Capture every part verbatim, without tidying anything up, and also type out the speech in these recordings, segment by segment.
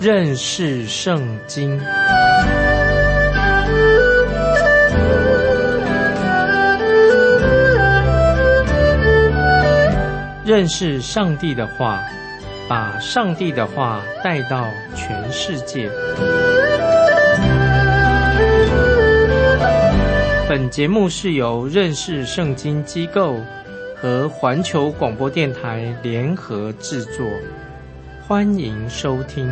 认识圣经。认识上帝的话，把上帝的话带到全世界。本节目是由认识圣经机构和环球广播电台联合制作，欢迎收听。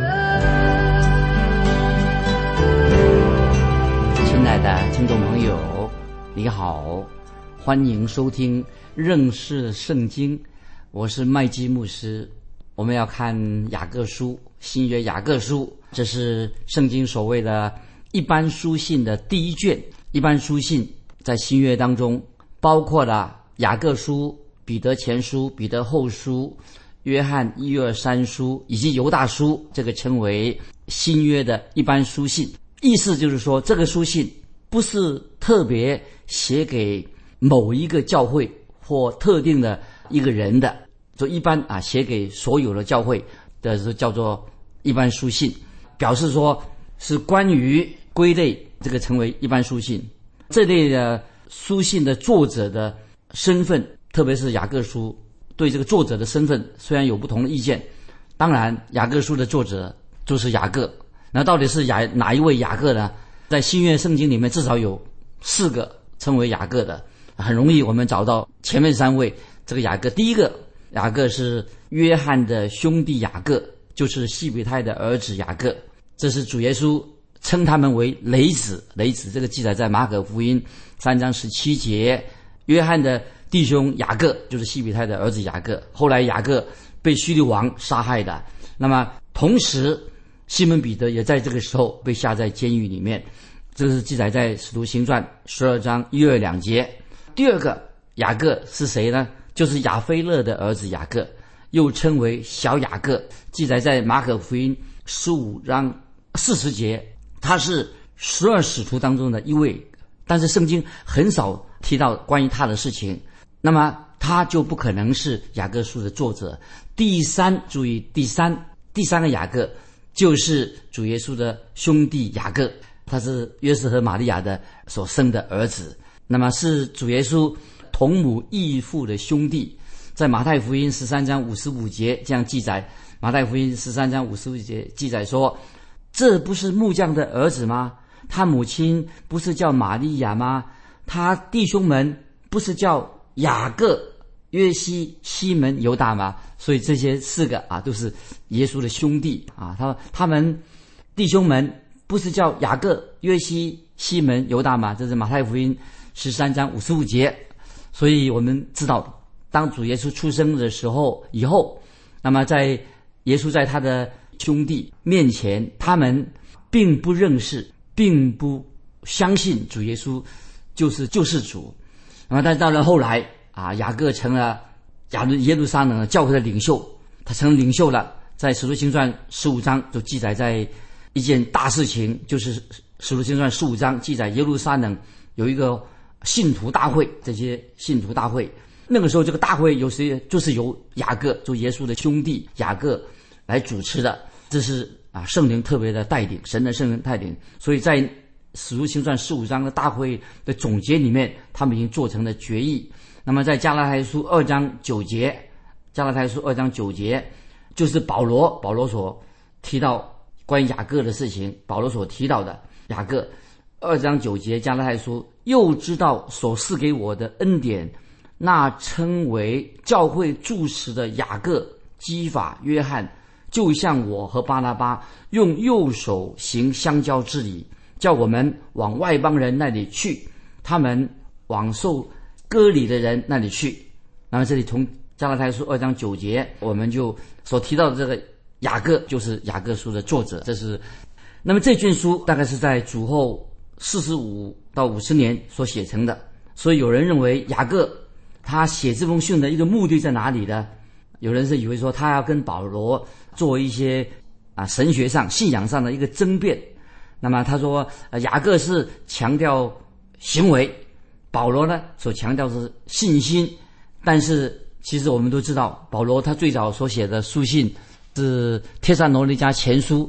亲爱的听众朋友，你好，欢迎收听认识圣经，我是麦基牧师。我们要看雅各书，新约雅各书，这是圣经所谓的一般书信的第一卷。一般书信在新约当中包括了雅各书、彼得前书、彼得后书、约翰一二三书以及犹大书，这个称为新约的一般书信。意思就是说，这个书信不是特别写给某一个教会或特定的一个人的，就一般啊写给所有的教会的是叫做一般书信，表示说是关于归类，这个称为一般书信。这类的书信的作者的身份，特别是雅各书，对这个作者的身份虽然有不同的意见，当然雅各书的作者就是雅各。那到底是雅哪一位雅各呢？在新约圣经里面至少有四个称为雅各的，很容易我们找到前面三位这个雅各。第一个雅各是约翰的兄弟雅各，就是西比太的儿子雅各，这是主耶稣称他们为雷子。雷子这个记载在马可福音三章十七节。约翰的弟兄雅各就是西比太的儿子雅各，后来雅各被希律王杀害的。那么同时西门彼得也在这个时候被下在监狱里面，这是记载在使徒行传十二章一二两节。第二个雅各是谁呢？就是亚非勒的儿子雅各，又称为小雅各，记载在马可福音十五章四十节。他是十二使徒当中的一位，但是圣经很少提到关于他的事情，那么他就不可能是雅各书的作者。第三，注意第三第三个雅各就是主耶稣的兄弟雅各，他是约瑟和玛利亚的所生的儿子，那么是主耶稣同母异父的兄弟。在马太福音十三章五十五节这样记载，马太福音十三章五十五节记载说，这不是木匠的儿子吗？他母亲不是叫玛利亚吗？他弟兄们不是叫雅各、约西、西门、犹大吗？所以这些四个啊都是耶稣的兄弟啊，他他们弟兄们不是叫雅各、约西、西门、犹大吗？这是马太福音十三章五十五节。所以我们知道，当主耶稣出生的时候以后，那么在耶稣在他的兄弟面前，他们并不认识，并不相信主耶稣就是救世主。那么但到了后来啊，雅各成了亚路耶路撒冷的教会的领袖，他成了领袖了。在使徒行传十五章就记载在一件大事情，就是使徒行传十五章记载耶路撒冷有一个信徒大会，这些信徒大会，那个时候这个大会有谁？就是由雅各，就耶稣的兄弟雅各来主持的。这是啊圣灵特别的带领，神的圣灵带领。所以在使徒行传十五章的大会的总结里面，他们已经做成了决议。那么在加拉太书二章九节，加拉太书二章九节就是保罗保罗所提到关于雅各的事情，保罗所提到的雅各二章九节，加拉太书，又知道所赐给我的恩典，那称为教会柱石的雅各、基法、约翰，就像我和巴拿巴用右手行相交之礼，叫我们往外邦人那里去，他们往受割礼的人那里去。那么这里从加拉太书二章九节，我们就所提到的这个雅各就是雅各书的作者。这是那么这卷书大概是在主后四十五到五十年所写成的，所以有人认为雅各他写这封信的一个目的在哪里呢？有人是以为说他要跟保罗做一些啊神学上信仰上的一个争辩。那么他说、呃、雅各是强调行为，保罗呢所强调是信心。但是其实我们都知道，保罗他最早所写的书信是帖撒罗尼迦前书，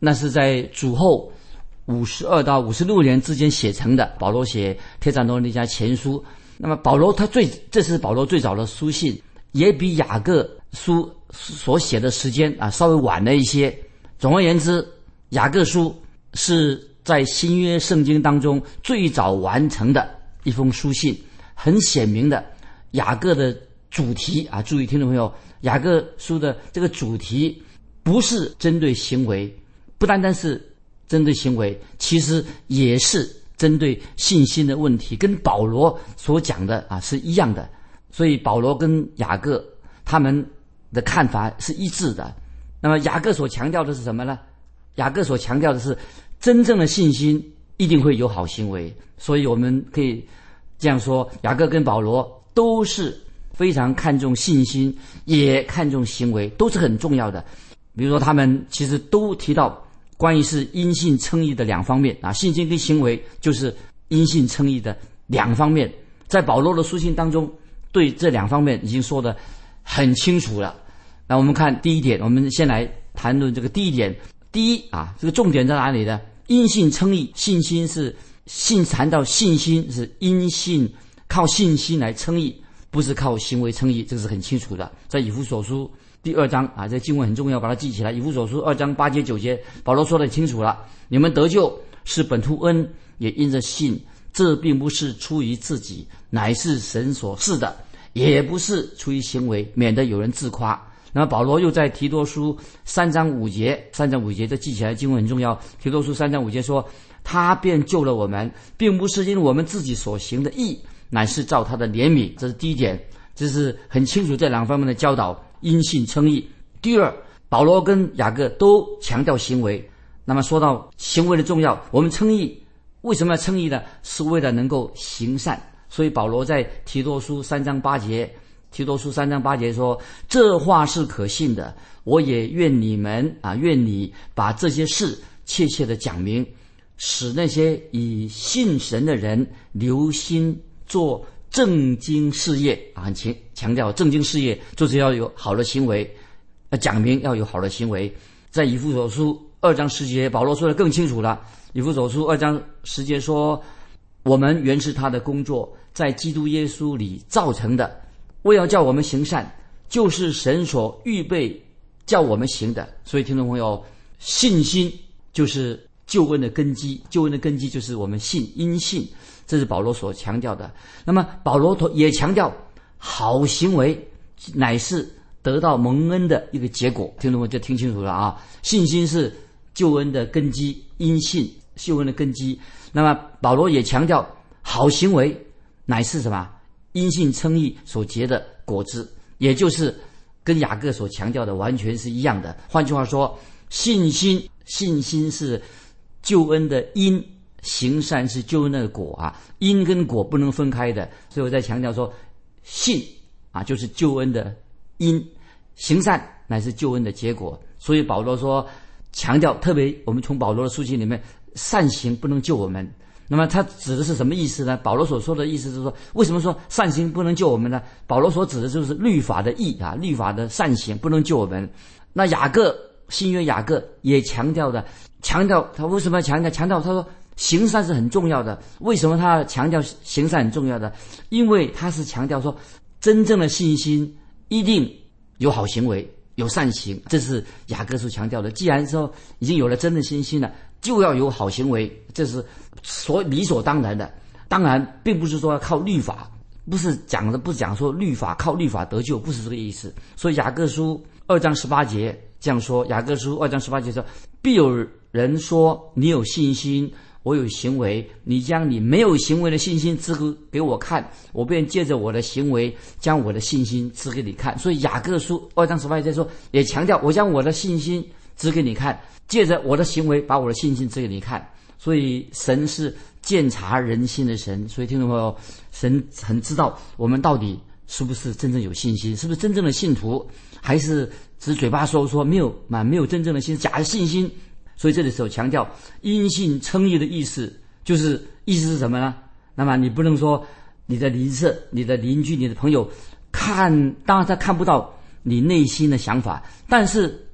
那是在主后五十二到五十六年之间写成的。保罗写帖撒罗尼迦前书，那么保罗他最这是保罗最早的书信，也比雅各书所写的时间啊稍微晚了一些。总而言之，雅各书是在新约圣经当中最早完成的一封书信。很显明的，雅各的主题啊，注意听众朋友，雅各书的这个主题不是针对行为，不单单是针对行为，其实也是针对信心的问题，跟保罗所讲的啊是一样的。所以保罗跟雅各他们的看法是一致的。那么雅各所强调的是什么呢？雅各所强调的是真正的信心一定会有好行为。所以我们可以这样说，雅各跟保罗都是非常看重信心，也看重行为，都是很重要的。比如说他们其实都提到关于是因信称义的两方面啊，信心跟行为就是因信称义的两方面。在保罗的书信当中对这两方面已经说得很清楚了。那我们看第一点，我们先来谈论这个第一点。第一啊，这个重点在哪里呢？因信称义，信心是信谈到信心是因信，靠信心来称义，不是靠行为称义，这个是很清楚的。在以弗所书第二章啊，这经文很重要，把它记起来。以弗所书二章八节九节，保罗说得很清楚了：你们得救是本乎恩，也因着信。这并不是出于自己，乃是神所赐的，也不是出于行为，免得有人自夸。那么保罗又在提多书三章五节，三章五节这记起来经文很重要。提多书三章五节说，他便救了我们，并不是因为我们自己所行的义，乃是照他的怜悯。这是第一点，这是很清楚这两方面的教导，因信称义。第二，保罗跟雅各都强调行为。那么说到行为的重要，我们称义为什么要称义呢？是为了能够行善。所以保罗在提多书三章八节，提多书三章八节说，这话是可信的，我也愿你们啊，愿你把这些事切切的讲明，使那些以信神的人留心做正经事业啊，很强强调正经事业就是要有好的行为，要讲明要有好的行为。在以弗所书二章十节，保罗说得更清楚了。以弗所书二章十节说，我们原是他的工作，在基督耶稣里造成的，为要叫我们行善，就是神所预备叫我们行的。所以听众朋友，信心就是救恩的根基，救恩的根基就是我们信，因信，这是保罗所强调的。那么保罗也强调好行为乃是得到蒙恩的一个结果。听众朋友就听清楚了啊！信心是救恩的根基，因信救恩的根基。那么保罗也强调好行为乃是什么？因信称义所结的果子，也就是跟雅各所强调的完全是一样的。换句话说，信心信心是救恩的因，行善是救恩的果啊，因跟果不能分开的。所以我在强调说，信啊就是救恩的因，行善乃是救恩的结果。所以保罗说，强调特别我们从保罗的书信里面，善行不能救我们。那么他指的是什么意思呢？保罗所说的意思是说，为什么说善行不能救我们呢？保罗所指的就是律法的义啊，律法的善行不能救我们。那雅各新约雅各也强调的，强调他为什么要强调？强调他说行善是很重要的。为什么他强调行善很重要的？因为他是强调说，真正的信心一定有好行为，有善行，这是雅各所强调的。既然说已经有了真的信心了，就要有好行为，这是所理所当然的。当然并不是说要靠律法，不是讲的不是讲说律法靠律法得救，不是这个意思。所以雅各书二章十八节这样说，雅各书二章十八节说，必有人说你有信心，我有行为，你将你没有行为的信心指给我看，我便借着我的行为将我的信心指给你看。所以雅各书二章十八节说，也强调我将我的信心指给你看，借着我的行为把我的信心指给你看。所以神是鉴察人心的神，所以听众朋友，神很知道我们到底是不是真正有信心，是不是真正的信徒，还是只嘴巴说说没有嘛，没有真正的信，假的信心。所以这里时候强调因信称义的意思，就是意思是什么呢？那么你不能说你的邻舍、你的邻居、你的朋友看，当然他看不到你内心的想法，但是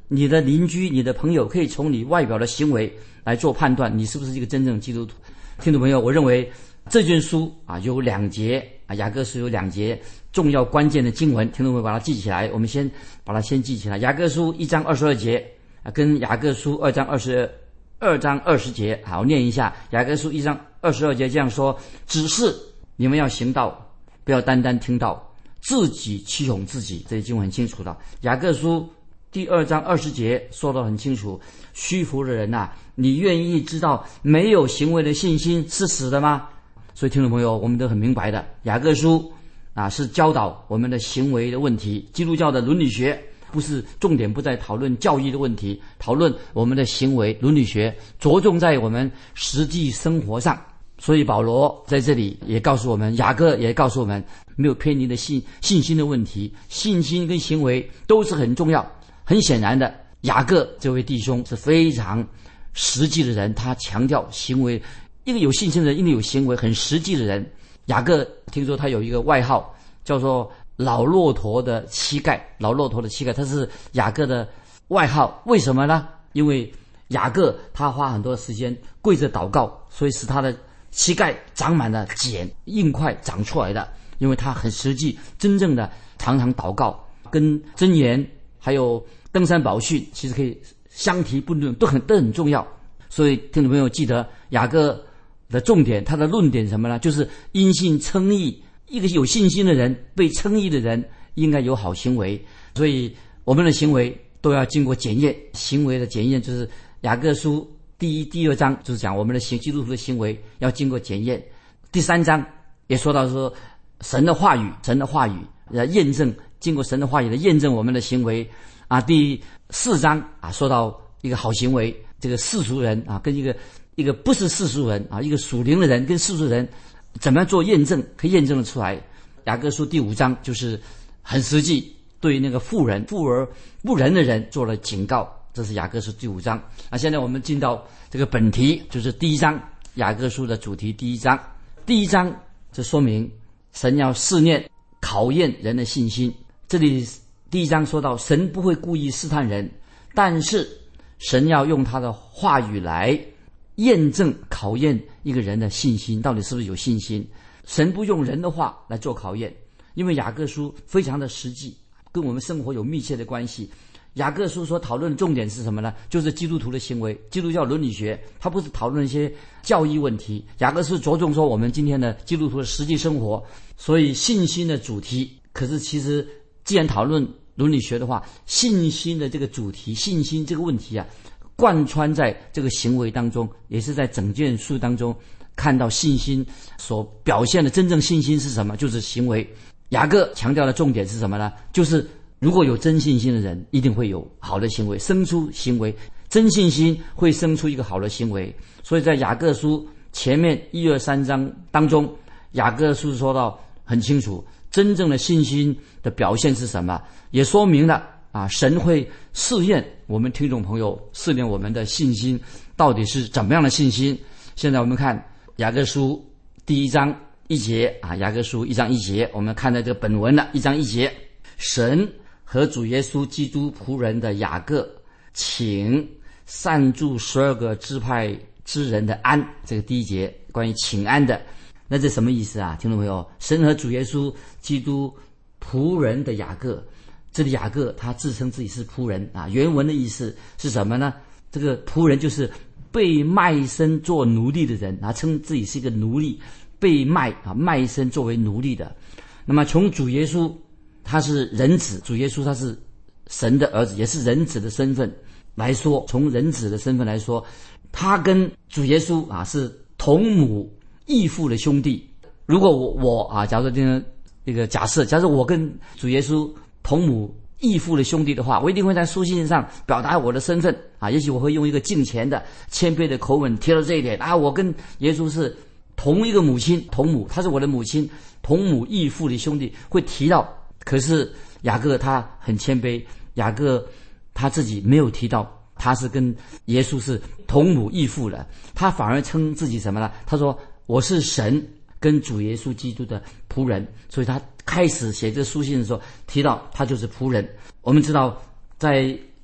你的邻居、你的朋友可以从你外表的行为来做判断，你是不是一个真正的基督徒。听众朋友，我认为这卷书啊有两节啊，雅各书有两节重要关键的经文，听众朋友把它记起来。我们先把它先记起来。雅各书一章二十二节啊，跟雅各书二章二十二章二十节，好，念一下。雅各书一章二十二节这样说：只是你们要行道，不要单单听道，自己欺哄自己。这些经文很清楚的。雅各书第二章二十节说得很清楚，虚浮的人啊，你愿意知道没有行为的信心是死的吗？所以听众朋友，我们都很明白的，雅各书啊是教导我们的行为的问题。基督教的伦理学不是重点，不在讨论教义的问题，讨论我们的行为。伦理学着重在我们实际生活上。所以保罗在这里也告诉我们，雅各也告诉我们，没有偏离的信信心的问题，信心跟行为都是很重要。很显然的，雅各这位弟兄是非常实际的人，他强调行为。一个有信心的人一定有行为，很实际的人。雅各听说他有一个外号叫做老骆驼的膝盖，老骆驼的膝盖，他是雅各的外号。为什么呢？因为雅各他花很多时间跪着祷告，所以使他的膝盖长满了茧，硬块长出来的。因为他很实际，真正的常常祷告，跟箴言还有登山宝训其实可以相提并论，都很都很重要。所以听众朋友记得，雅各的重点，他的论点是什么呢？就是因信称义。一个有信心的人，被称义的人应该有好行为。所以我们的行为都要经过检验。行为的检验就是雅各书第一、第二章就是讲我们的行基督徒的行为要经过检验。第三章也说到说神的话语，神的话语要验证，经过神的话语的验证我们的行为啊。第四章啊说到一个好行为，这个世俗人啊跟一个一个不是世俗人啊，一个属灵的人跟世俗人怎么样做验证，可以验证得出来。雅各书第五章就是很实际，对那个妇人、富而不仁的人做了警告。这是雅各书第五章。那现在我们进到这个本题，就是第一章，雅各书的主题。第一章，第一章这说明神要试验、考验人的信心。这里第一章说到，神不会故意试探人，但是神要用他的话语来验证、考验一个人的信心，到底是不是有信心。神不用人的话来做考验，因为雅各书非常的实际，跟我们生活有密切的关系。雅各书所讨论的重点是什么呢？就是基督徒的行为。基督教伦理学它不是讨论一些教义问题，雅各书着重说我们今天的基督徒的实际生活。所以信心的主题，可是其实既然讨论伦理学的话，信心的这个主题，信心这个问题啊，贯穿在这个行为当中，也是在整卷书当中看到信心所表现的真正信心是什么，就是行为。雅各强调的重点是什么呢？就是如果有真信心的人，一定会有好的行为，生出行为。真信心会生出一个好的行为。所以在雅各书前面一二三章当中，雅各书说到很清楚，真正的信心的表现是什么，也说明了啊，神会试验我们听众朋友，试验我们的信心到底是怎么样的信心。现在我们看雅各书第一章一节啊，雅各书一章一节，我们看到这个本文了，一章一节，神和主耶稣基督仆人的雅各，请散住十二个支派之人的安。这个第一节关于请安的，那这什么意思啊？听众朋友，神和主耶稣基督仆人的雅各，这里雅各他自称自己是仆人啊，原文的意思是什么呢？这个仆人就是被卖身做奴隶的人啊，称自己是一个奴隶，被卖啊，卖身作为奴隶的。那么从主耶稣他是人子，主耶稣他是神的儿子，也是人子的身份来说，从人子的身份来说，他跟主耶稣啊是同母异父的兄弟。如果我我啊，假如说这个这个假设，假如我跟主耶稣同母异父的兄弟的话，我一定会在书信上表达我的身份啊。也许我会用一个敬虔的、谦卑的口吻贴到这一点啊，我跟耶稣是同一个母亲，同母，他是我的母亲，同母异父的兄弟会提到。可是雅各他很谦卑，雅各他自己没有提到他是跟耶稣是同母异父的，他反而称自己什么呢？他说我是神跟主耶稣基督的仆人。所以他开始写这个书信的时候提到他就是仆人。我们知道在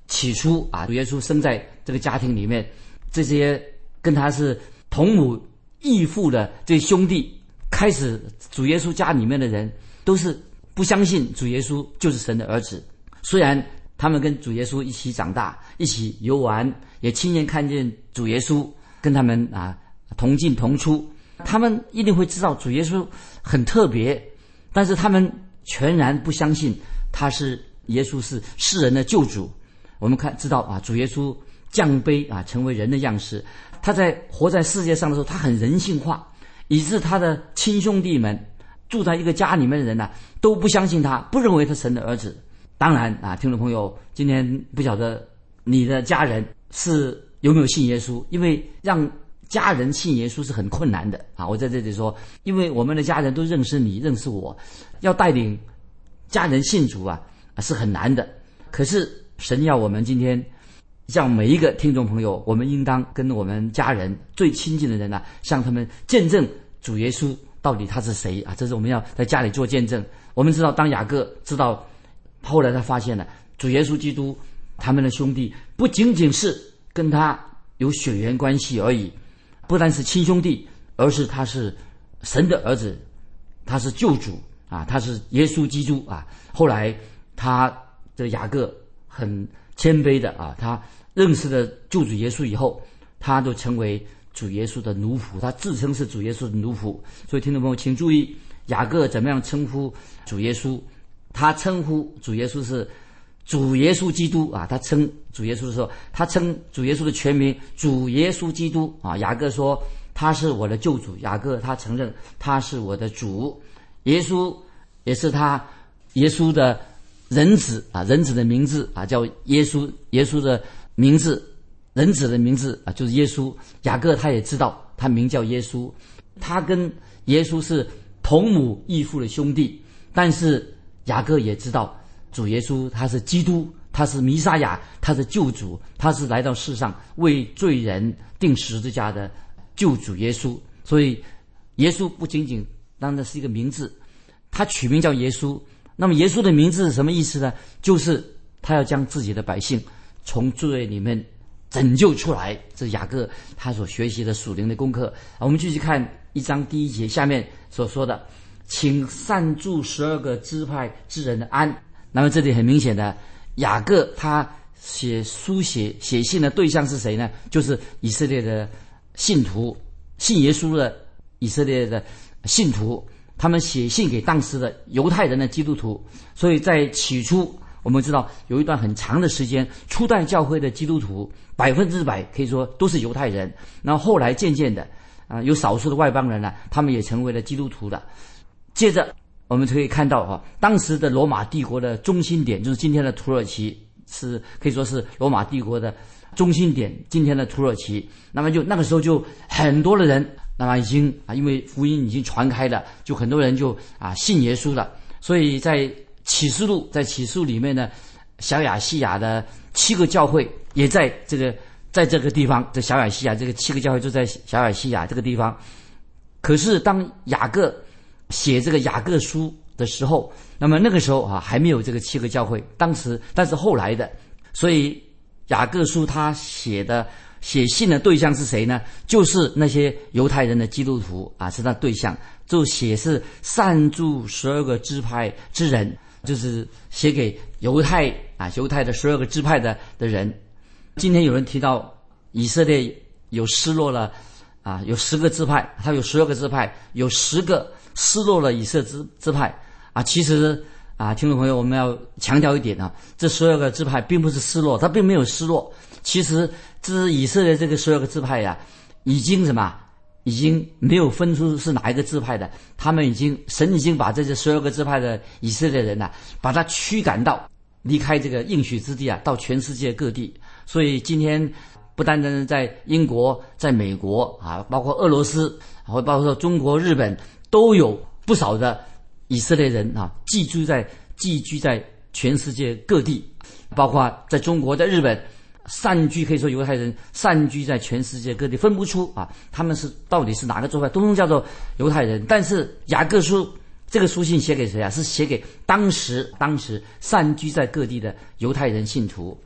起初啊，主耶稣生在这个家庭里面，这些跟他是同母异父的这些兄弟，开始主耶稣家里面的人都是不相信主耶稣就是神的儿子。虽然他们跟主耶稣一起长大，一起游玩，也亲眼看见主耶稣跟他们啊同进同出，他们一定会知道主耶稣很特别，但是他们全然不相信他是耶稣是世人的救主。我们看知道啊，主耶稣降卑啊，成为人的样式。他在活在世界上的时候，他很人性化，以致他的亲兄弟们住在一个家里面的人呢、啊，都不相信他，不认为他神的儿子。当然啊，听众朋友，今天不晓得你的家人是有没有信耶稣，因为让家人信耶稣是很困难的啊。我在这里说，因为我们的家人都认识你，认识我，要带领家人信主啊，是很难的。可是神要我们今天向每一个听众朋友，我们应当跟我们家人最亲近的人啊，向他们见证主耶稣到底他是谁啊。这是我们要在家里做见证。我们知道，当雅各知道，后来他发现了主耶稣基督他们的兄弟不仅仅是跟他有血缘关系而已，不但是亲兄弟，而是他是神的儿子，他是救主啊，他是耶稣基督啊。后来他这雅各很谦卑的啊，他认识了救主耶稣以后，他就成为主耶稣的奴仆，他自称是主耶稣的奴仆。所以听众朋友请注意，雅各怎么样称呼主耶稣？他称呼主耶稣是主耶稣基督啊，他称主耶稣的时候，他称主耶稣的全名主耶稣基督啊。雅各说他是我的救主，雅各他承认他是我的主，耶稣也是他耶稣的人子啊，人子的名字啊叫耶稣，耶稣的名字，人子的名字啊就是耶稣。雅各他也知道他名叫耶稣，他跟耶稣是同母异父的兄弟，但是雅各也知道主耶稣他是基督，他是弥撒亚，他是救主，他是来到世上为罪人钉十字架的救主耶稣。所以耶稣不仅仅当然是一个名字，他取名叫耶稣。那么耶稣的名字是什么意思呢？就是他要将自己的百姓从罪里面拯救出来。这雅各他所学习的属灵的功课。我们继续看一章第一节下面所说的，请散住十二个支派之人的安。那么这里很明显的，雅各他写书写写信的对象是谁呢？就是以色列的信徒，信耶稣的以色列的信徒，他们写信给当时的犹太人的基督徒。所以在起初我们知道有一段很长的时间，初代教会的基督徒百分之百可以说都是犹太人，然后后来渐渐的啊、呃，有少数的外邦人呢、啊，他们也成为了基督徒的。接着我们可以看到啊，当时的罗马帝国的中心点就是今天的土耳其，是可以说是罗马帝国的中心点，今天的土耳其。那么就那个时候就很多的人，那么已经啊，因为福音已经传开了，就很多人就啊信耶稣了。所以在启示录，在启示录里面呢，小亚细亚的七个教会也在这个在这个地方，在小亚细亚这个七个教会就在小亚细亚这个地方。可是当雅各写这个雅各书的时候，那么那个时候啊还没有这个七个教会，当时但是后来的，所以雅各书他写的写信的对象是谁呢？就是那些犹太人的基督徒啊，是他对象，就写是散住十二个支派之人，就是写给犹太啊犹太的十二个支派的的人。今天有人提到以色列有失落了啊，有十个支派，他有十二个支派，有十个失落了以色列支支派啊。其实啊，听众朋友，我们要强调一点啊，这十二个支派并不是失落，他并没有失落。其实这以色列这个十二个支派呀、啊，已经什么，已经没有分出是哪一个支派的，他们已经神已经把这些十二个支派的以色列人呐、啊，把他驱赶到离开这个应许之地啊，到全世界各地。所以今天不单单是在英国，在美国啊，包括俄罗斯，或包括中国、日本，都有不少的以色列人啊，寄居在寄居在全世界各地，包括在中国、在日本，散居可以说犹太人散居在全世界各地，分不出啊，他们是到底是哪个支派，都能叫做犹太人。但是雅各书这个书信写给谁啊？是写给当时当时散居在各地的犹太人信徒。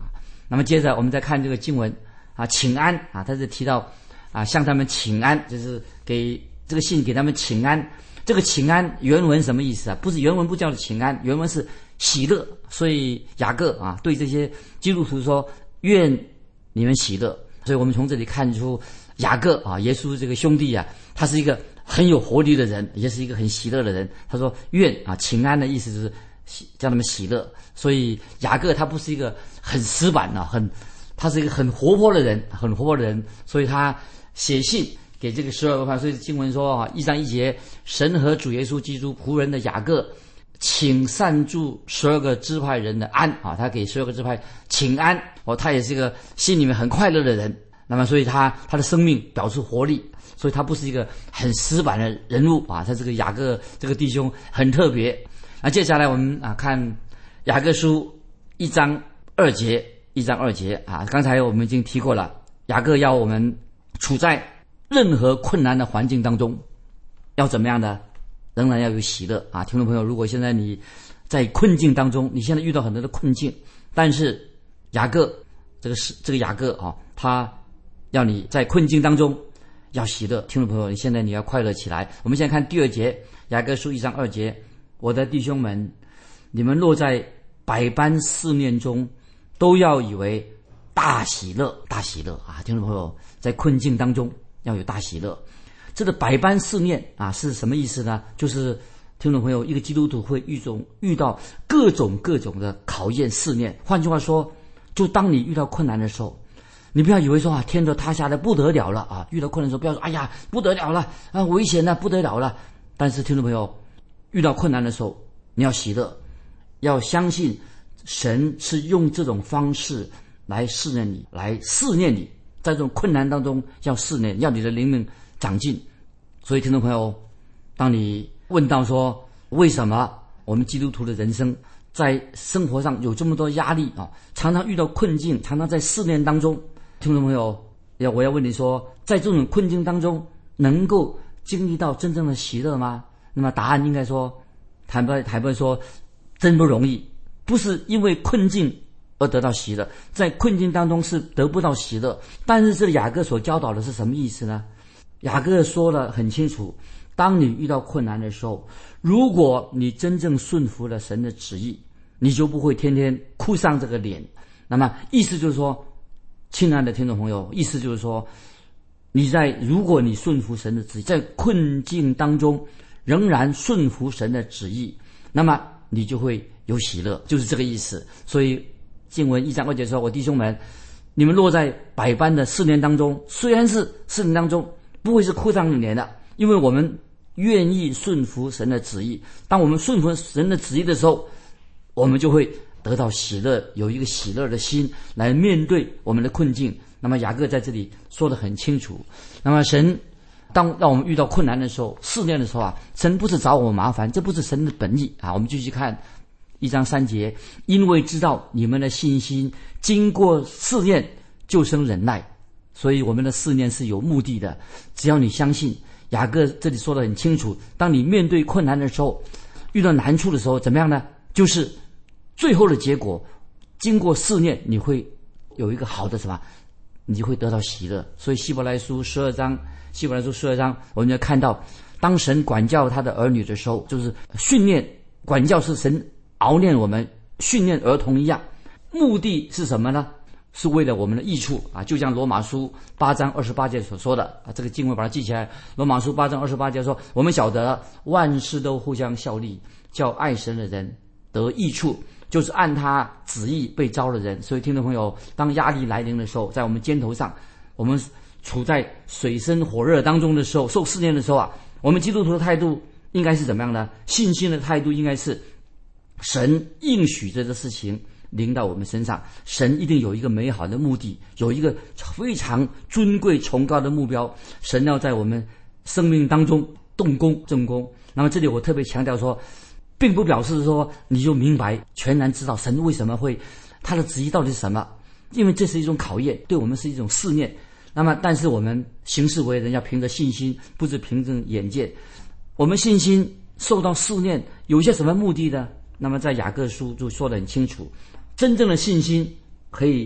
那么接着我们再看这个经文啊，请安啊，他是提到啊，向他们请安，就是给这个信给他们请安。这个请安原文什么意思啊？不是原文不叫请安，原文是喜乐。所以雅各啊对这些基督徒说，愿你们喜乐。所以我们从这里看出雅各啊，耶稣这个兄弟啊，他是一个很有活力的人，也是一个很喜乐的人。他说愿啊，请安的意思就是叫他们喜乐。所以雅各他不是一个很死板啊，很他是一个很活泼的人，很活泼的人。所以他写信给这个十二个派。所以经文说啊，一章一节，神和主耶稣基督仆人的雅各，请善祝十二个支派人的安啊，他给十二个支派请安哦，他也是一个心里面很快乐的人。那么，所以他他的生命表示活力，所以他不是一个很死板的人物啊。他这个雅各这个弟兄很特别。那接下来我们啊看雅各书一章二节，一章二节啊，刚才我们已经提过了，雅各要我们处在任何困难的环境当中，要怎么样的？仍然要有喜乐啊！听众朋友，如果现在你在困境当中，你现在遇到很多的困境，但是雅各这个是这个雅各啊，他要你在困境当中要喜乐。听众朋友，你现在你要快乐起来。我们现在看第二节，雅各书一章二节，我的弟兄们，你们落在百般试炼中，都要以为大喜乐，大喜乐啊！听众朋友，在困境当中要有大喜乐。这个百般试炼啊是什么意思呢？就是听众朋友，一个基督徒会遇种遇到各种各种的考验试炼。换句话说，就当你遇到困难的时候，你不要以为说啊天都塌下来不得了了啊！遇到困难的时候，不要说哎呀不得了了啊，危险了不得了了。但是听众朋友，遇到困难的时候，你要喜乐，要相信神是用这种方式来试验你，来试炼你，在这种困难当中要试炼，要你的灵命长进。所以听众朋友，当你问到说为什么我们基督徒的人生在生活上有这么多压力啊，常常遇到困境，常常在试炼当中，听众朋友，要我要问你说，在这种困境当中能够经历到真正的喜乐吗？那么答案应该说，坦白坦白说，真不容易。不是因为困境而得到喜乐，在困境当中是得不到喜乐。但是这雅各所教导的是什么意思呢？雅各说得很清楚，当你遇到困难的时候，如果你真正顺服了神的旨意，你就不会天天哭丧这个脸。那么意思就是说，亲爱的听众朋友，意思就是说，你在如果你顺服神的旨意，在困境当中仍然顺服神的旨意，那么你就会有喜乐，就是这个意思。所以经文一章二节说，我弟兄们，你们落在百般的试炼当中，虽然是试炼当中不会是哭丧脸的，因为我们愿意顺服神的旨意。当我们顺服神的旨意的时候，我们就会得到喜乐，有一个喜乐的心来面对我们的困境。那么雅各在这里说得很清楚，那么神当让我们遇到困难的时候，试炼的时候啊，神不是找我们麻烦，这不是神的本意啊。我们继续看一章三节，因为知道你们的信心经过试验就生忍耐。所以我们的试炼是有目的的，只要你相信，雅各这里说得很清楚，当你面对困难的时候，遇到难处的时候，怎么样呢？就是最后的结果，经过试炼，你会有一个好的什么？你就会得到喜乐。所以希伯来书十二章，希伯来书十二章，我们就看到，当神管教他的儿女的时候，就是训练，管教是神熬练我们，训练儿童一样，目的是什么呢？是为了我们的益处啊！就像罗马书八章二十八节所说的啊，这个经文把它记起来。罗马书八章二十八节说，我们晓得万事都互相效力，叫爱神的人得益处，就是按他旨意被招的人。所以听众朋友，当压力来临的时候，在我们肩头上，我们处在水深火热当中的时候，受试炼的时候啊，我们基督徒的态度应该是怎么样呢？信心的态度应该是，神应许这个事情临到我们身上，神一定有一个美好的目的，有一个非常尊贵崇高的目标，神要在我们生命当中动工正工。那么这里我特别强调说，并不表示说你就明白全然知道神为什么会，他的旨意到底是什么，因为这是一种考验，对我们是一种试炼。那么但是我们行事为人要凭着信心，不是凭着眼见。我们信心受到试炼有一些什么目的呢？那么在雅各书就说得很清楚，真正的信心可以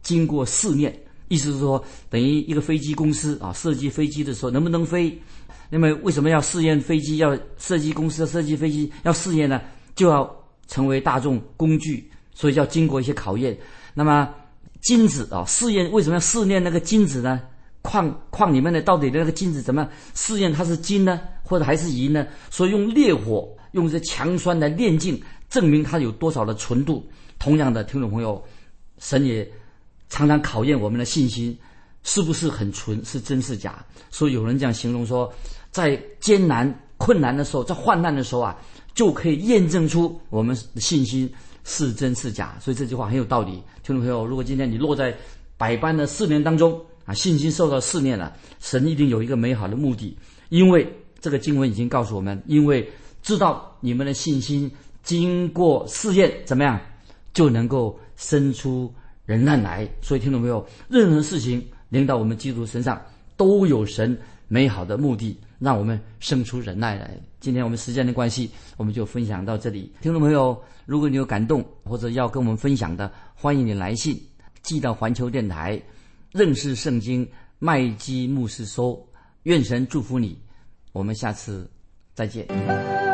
经过试验，意思是说，等于一个飞机公司啊，设计飞机的时候能不能飞？那么为什么要试验飞机？要设计公司设计飞机要试验呢？就要成为大众工具，所以要经过一些考验。那么金子啊，试验为什么要试验那个金子呢？矿矿里面的到底那个金子怎么试验它是金呢，或者还是银呢？所以用烈火，用这强酸来炼净，证明它有多少的纯度。同样的，听众朋友，神也常常考验我们的信心，是不是很纯，是真是假。所以有人这样形容说，在艰难困难的时候，在患难的时候啊，就可以验证出我们的信心是真是假。所以这句话很有道理。听众朋友，如果今天你落在百般的试炼当中啊，信心受到试炼了，神一定有一个美好的目的。因为这个经文已经告诉我们，因为知道你们的信心经过试验怎么样，就能够生出忍耐来。所以听众朋友，任何事情临到我们基督身上，都有神美好的目的，让我们生出忍耐来。今天我们时间的关系，我们就分享到这里。听众朋友，如果你有感动或者要跟我们分享的，欢迎你来信寄到环球电台认识圣经麦基牧师收。愿神祝福你，我们下次再见。